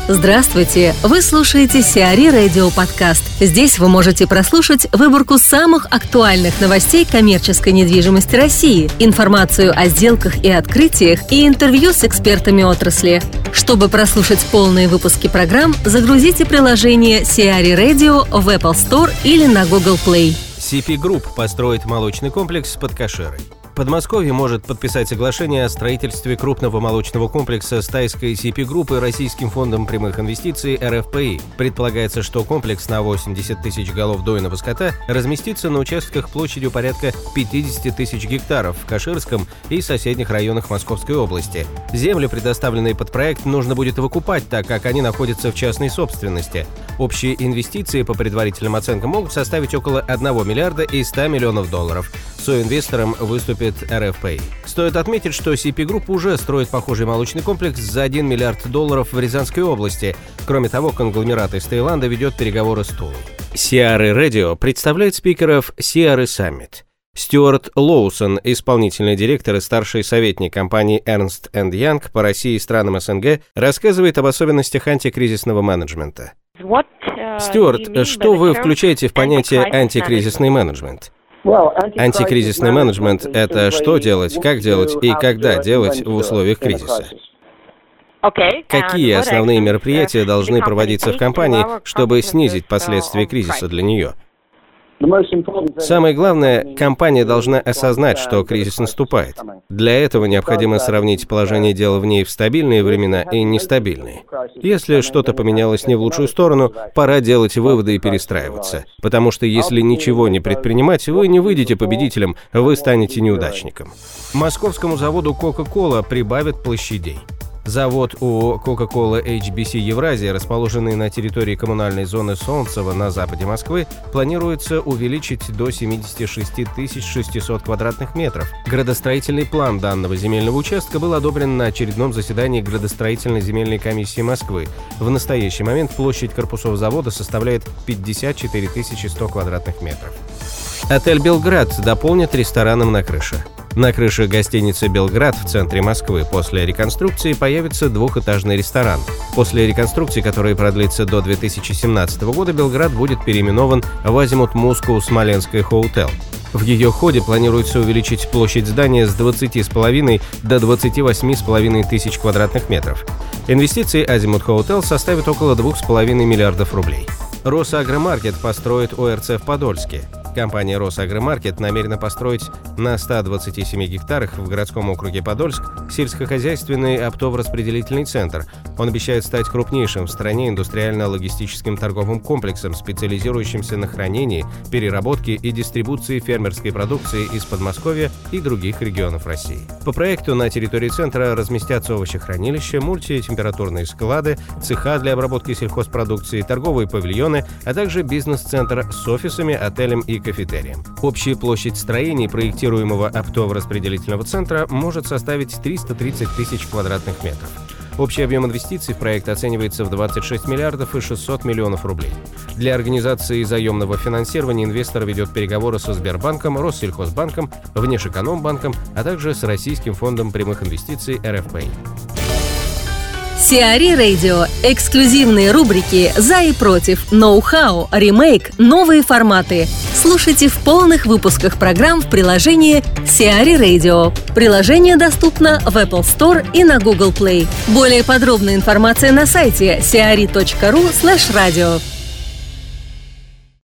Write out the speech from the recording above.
Здравствуйте! Вы слушаете Сиари Радио Подкаст. Здесь вы можете прослушать выборку самых актуальных новостей коммерческой недвижимости России, информацию о сделках и открытиях и интервью с экспертами отрасли. Чтобы прослушать полные выпуски программ, загрузите приложение Сиари Radio в Apple Store или на Google Play. CP Group построит молочный комплекс под Каширой. Подмосковье может подписать соглашение о строительстве крупного молочного комплекса с тайской CP Group и Российским фондом прямых инвестиций РФПИ. Предполагается, что комплекс на 80 тысяч голов дойного скота разместится на участках площадью порядка 50 тысяч гектаров в Каширском и соседних районах Московской области. Земли, предоставленные под проект, нужно будет выкупать, так как они находятся в частной собственности. Общие инвестиции, по предварительным оценкам, могут составить около 1 миллиарда и 100 миллионов долларов. Соинвестором выступит РФПИ. Стоит отметить, что CP Group уже строит похожий молочный комплекс за 1 миллиард долларов в Рязанской области. Кроме того, конгломерат из Таиланда ведет переговоры с Тулой. Сиари Radio представляет спикеров Сиари Summit. Стюарт Лоусон, исполнительный директор и старший советник компании Ernst & Young по России и странам СНГ, рассказывает об особенностях антикризисного менеджмента. Стюарт, что вы включаете в понятие антикризисный менеджмент? Антикризисный менеджмент – это что делать, как делать и когда делать в условиях кризиса. Какие основные мероприятия должны проводиться в компании, чтобы снизить последствия кризиса для нее? Самое главное, компания должна осознать, что кризис наступает. Для этого необходимо сравнить положение дел в ней в стабильные времена и нестабильные. Если что-то поменялось не в лучшую сторону, пора делать выводы и перестраиваться. Потому что если ничего не предпринимать, вы не выйдете победителем, вы станете неудачником. Московскому заводу Coca-Cola прибавят площадей. Завод ООО Coca-Cola HBC Евразия, расположенный на территории коммунальной зоны Солнцево на западе Москвы, планируется увеличить до 76 600 квадратных метров. Градостроительный план данного земельного участка был одобрен на очередном заседании Градостроительной земельной комиссии Москвы. В настоящий момент площадь корпусов завода составляет 54 100 квадратных метров. Отель «Белград» дополнят рестораном на крыше. На крыше гостиницы «Белград» в центре Москвы после реконструкции появится двухэтажный ресторан. После реконструкции, которая продлится до 2017 года, «Белград» будет переименован в «Азимут Москоу Смоленская Хоутел». В ее ходе планируется увеличить площадь здания с 20,5 до 28,5 тысяч квадратных метров. Инвестиции «Азимут Хоутел» составят около 2,5 миллиардов рублей. «Росагромаркет» построит ОРЦ в Подольске. Компания «Росагромаркет» намерена построить на 127 гектарах в городском округе Подольск сельскохозяйственный оптово-распределительный центр. Он обещает стать крупнейшим в стране индустриально-логистическим торговым комплексом, специализирующимся на хранении, переработке и дистрибуции фермерской продукции из Подмосковья и других регионов России. По проекту на территории центра разместятся овощехранилища, мультитемпературные склады, цеха для обработки сельхозпродукции, торговые павильоны, а также бизнес-центр с офисами, отелем и кафетерием. Общая площадь строений проектируемого оптово-распределительного центра может составить 330 тысяч квадратных метров. Общий объем инвестиций в проект оценивается в 26 миллиардов и 600 миллионов рублей. Для организации заемного финансирования инвестор ведет переговоры со Сбербанком, Россельхозбанком, Внешэкономбанком, а также с Российским фондом прямых инвестиций РФПИ. Сиари Radio. Эксклюзивные рубрики «За и против», «Ноу-хау», «Ремейк», «Новые форматы». Слушайте в полных выпусках программ в приложении Сиари Radio. Приложение доступно в Apple Store и на Google Play. Более подробная информация на сайте siari.ru/radio.